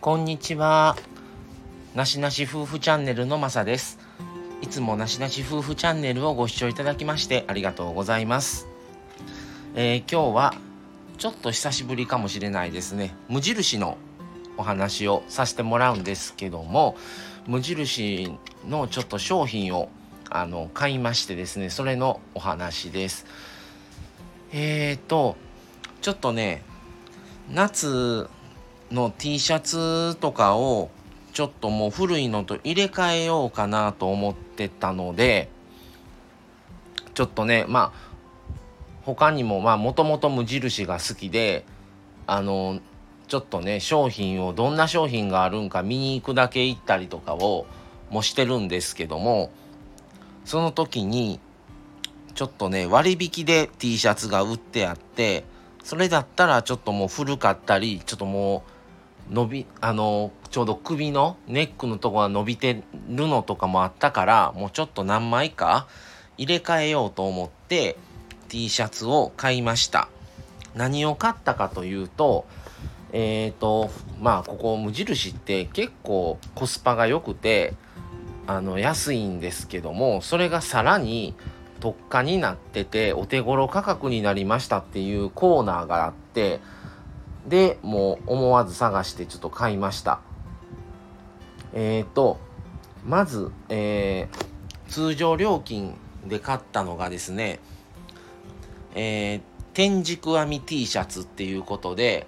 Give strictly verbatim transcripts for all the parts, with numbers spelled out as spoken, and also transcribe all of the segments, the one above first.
こんにちは。なしなし夫婦チャンネルのまさです。いつもなしなし夫婦チャンネルをご視聴いただきましてありがとうございます。えー、今日はちょっと久しぶりかもしれないですね。無印のお話をさせてもらうんですけども、無印のちょっと商品をあの買いましてですね、それのお話です。えーとちょっとね、夏の T シャツとかをちょっともう古いのと入れ替えようかなと思ってたので、ちょっとね、まあ他にもまあもともと無印が好きで、あのちょっとね商品をどんな商品があるんか見に行くだけ行ったりとかをもしてるんですけども、その時にちょっとね割引で T シャツが売ってあって、それだったらちょっともう古かったり、ちょっともう伸びあのちょうど首のネックのとこが伸びてるのとかもあったから、もうちょっと何枚か入れ替えようと思って T シャツを買いました。何を買ったかというと、えーとまあここ無印って結構コスパが良くてあの安いんですけども、それがさらに特価になっててお手頃価格になりましたっていうコーナーがあって、でもう思わず探してちょっと買いました。えーとまず、えー、通常料金で買ったのがですね、えー、天竺編み T シャツっていうことで、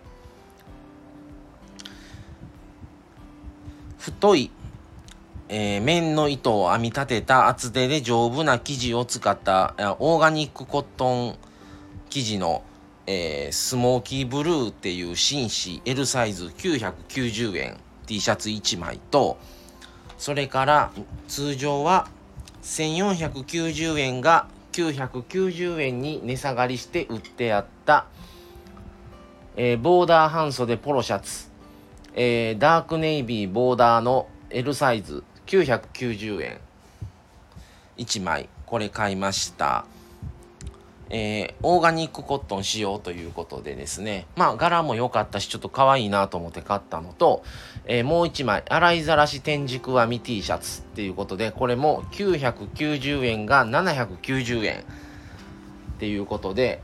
太い、えー、綿の糸を編み立てた厚手で丈夫な生地を使ったオーガニックコットン生地の、えー、スモーキーブルーっていう紳士 L サイズきゅうひゃくきゅうじゅうえん T シャツいちまいと、それから通常はせんよんひゃくきゅうじゅうえんがきゅうひゃくきゅうじゅうえんに値下がりして売ってあった、えー、ボーダー半袖ポロシャツ、えー、ダークネイビーボーダーの L サイズきゅうひゃくきゅうじゅうえんいちまい、これ買いました。えー、オーガニックコットン使用ということでですね、まあ柄も良かったしちょっと可愛いなと思って買ったのと、えー、もういちまい洗いざらし天竺編み T シャツっていうことで、これもきゅうひゃくきゅうじゅうえんがななひゃくきゅうじゅうえんっていうことで、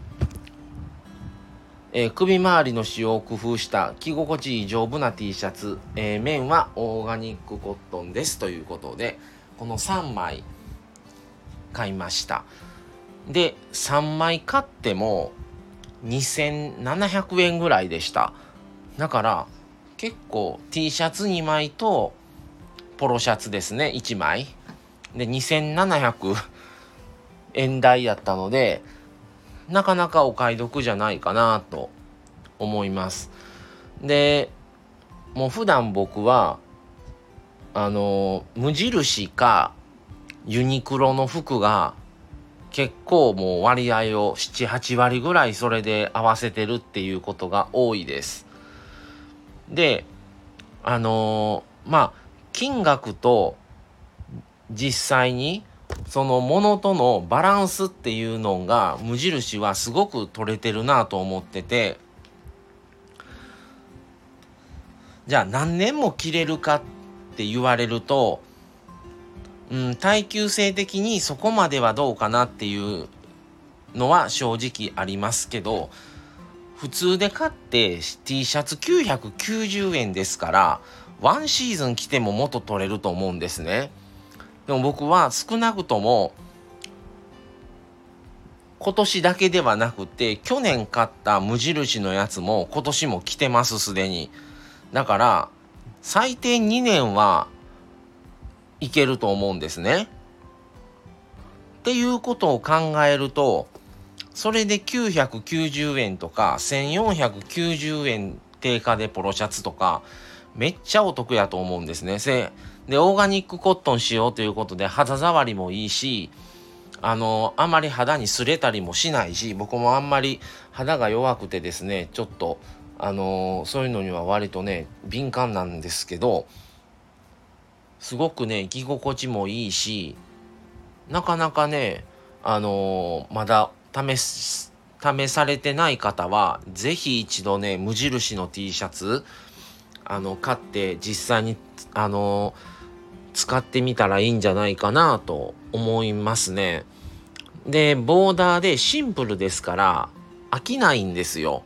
えー、首周りの使用を工夫した着心地いい丈夫な T シャツ、えー、綿はオーガニックコットンですということで、このさんまい買いました。でさんまい買ってもにせんななひゃくえんぐらいでした。だから結構 T シャツにまいとポロシャツですねいちまいでにせんななひゃくえん台やったので、なかなかお買い得じゃないかなと思います。でもう普段僕はあの無印かユニクロの服が結構もう割合をなな、はちわりぐらいそれで合わせてるっていうことが多いです。で、あのー、まあ金額と実際にそのものとのバランスっていうのが無印はすごく取れてるなと思ってて、じゃあ何年も着れるかって言われると、うん、耐久性的にそこまではどうかなっていうのは正直ありますけど、普通で買って T シャツきゅうひゃくきゅうじゅうえんですからワンシーズン着ても元取れると思うんですね。でも僕は少なくとも今年だけではなくて去年買った無印のやつも今年も着てますすでに。だから最低にねんはいけると思うんですね。っていうことを考えると、それできゅうひゃくきゅうじゅうえんとかせんよんひゃくきゅうじゅうえん定価でポロシャツとかめっちゃお得やと思うんですね。でオーガニックコットン使用ということで肌触りもいいし、あのあまり肌に擦れたりもしないし、僕もあんまり肌が弱くてですね、ちょっとあのそういうのには割とね敏感なんですけど、すごくね着心地もいいし、なかなかねあのまだ試す試されてない方はぜひ一度ね無印の T シャツあの買って実際にあの使ってみたらいいんじゃないかなと思いますね。でボーダーでシンプルですから飽きないんですよ。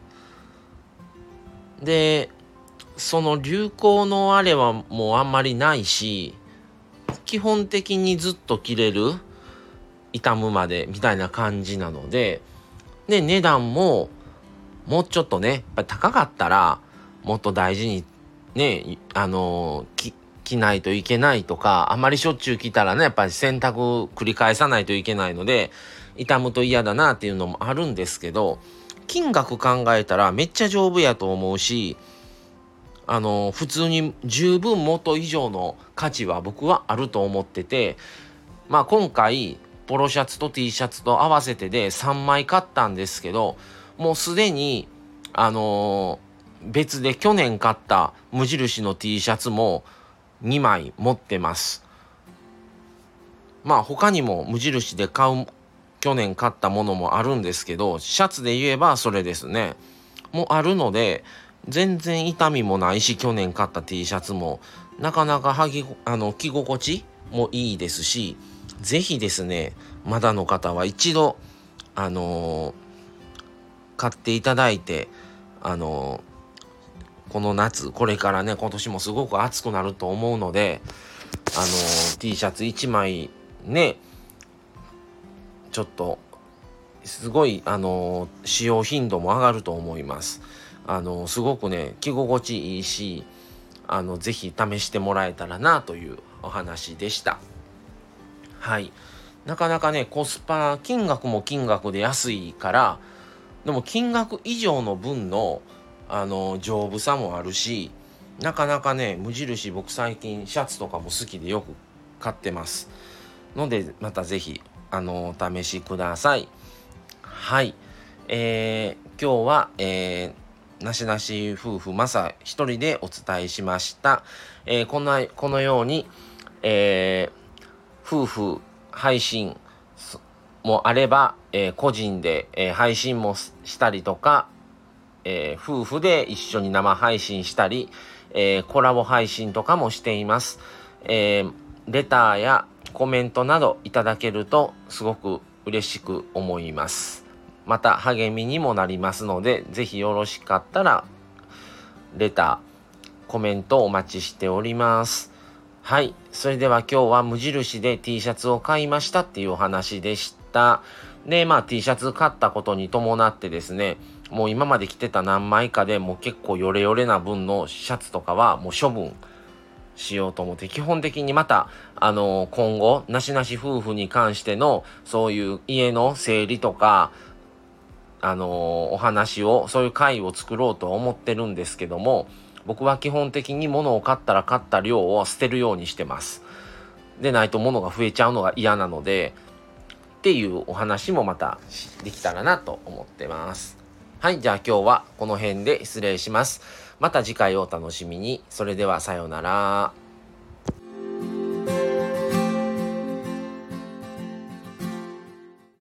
でその流行のあれはもうあんまりないし、基本的にずっと着れる、傷むまでみたいな感じなので、で値段ももうちょっとねやっぱり高かったらもっと大事にねあの着着ないといけないとか、あまりしょっちゅう着たらねやっぱり洗濯繰り返さないといけないので傷むと嫌だなっていうのもあるんですけど、金額考えたらめっちゃ丈夫やと思うし、あの普通に十分元以上の価値は僕はあると思ってて、まあ今回ポロシャツと T シャツと合わせてでさんまい買ったんですけど、もうすでにあのー別で去年買った無印の T シャツもにまい持ってます。まあ他にも無印で買う去年買ったものもあるんですけど、シャツで言えばそれですね。もうあるので全然痛みもないし、去年買った T シャツもなかなかはぎあの着心地もいいですし、ぜひですねまだの方は一度あのー買っていただいて、あのーこの夏これからね今年もすごく暑くなると思うので、あのー T シャツいちまいねちょっとすごいあのー使用頻度も上がると思います。あのーすごくね着心地いいし、あのぜひ試してもらえたらなというお話でした。はい、なかなかねコスパ金額も金額で安いから、でも金額以上の分のあの丈夫さもあるし、なかなかね無印僕最近シャツとかも好きでよく買ってますので、またぜひあのお試しください。はい、えー、今日は、えー、なしなし夫婦マサ一人でお伝えしました。えー、こんなこのように、えー、夫婦配信もあれば、えー、個人で、えー、配信もしたりとか、えー、夫婦で一緒に生配信したり、えー、コラボ配信とかもしています。えー、レターやコメントなどいただけるとすごく嬉しく思います。また励みにもなりますので、ぜひよろしかったらレターコメントお待ちしております。はい、それでは今日は無印で T シャツを買いましたっていうお話でした。でまあ T シャツ買ったことに伴ってですね、もう今まで着てた何枚かでもう結構ヨレヨレな分のシャツとかはもう処分しようと思って、基本的にまたあのー、今後なしなし夫婦に関してのそういう家の整理とかあのー、お話をそういう会を作ろうと思ってるんですけども、僕は基本的に物を買ったら買った量を捨てるようにしてます。でないと物が増えちゃうのが嫌なのでっていうお話もまたできたらなと思ってます。はい、じゃあ今日はこの辺で失礼します。また次回をお楽しみに。それではさようなら。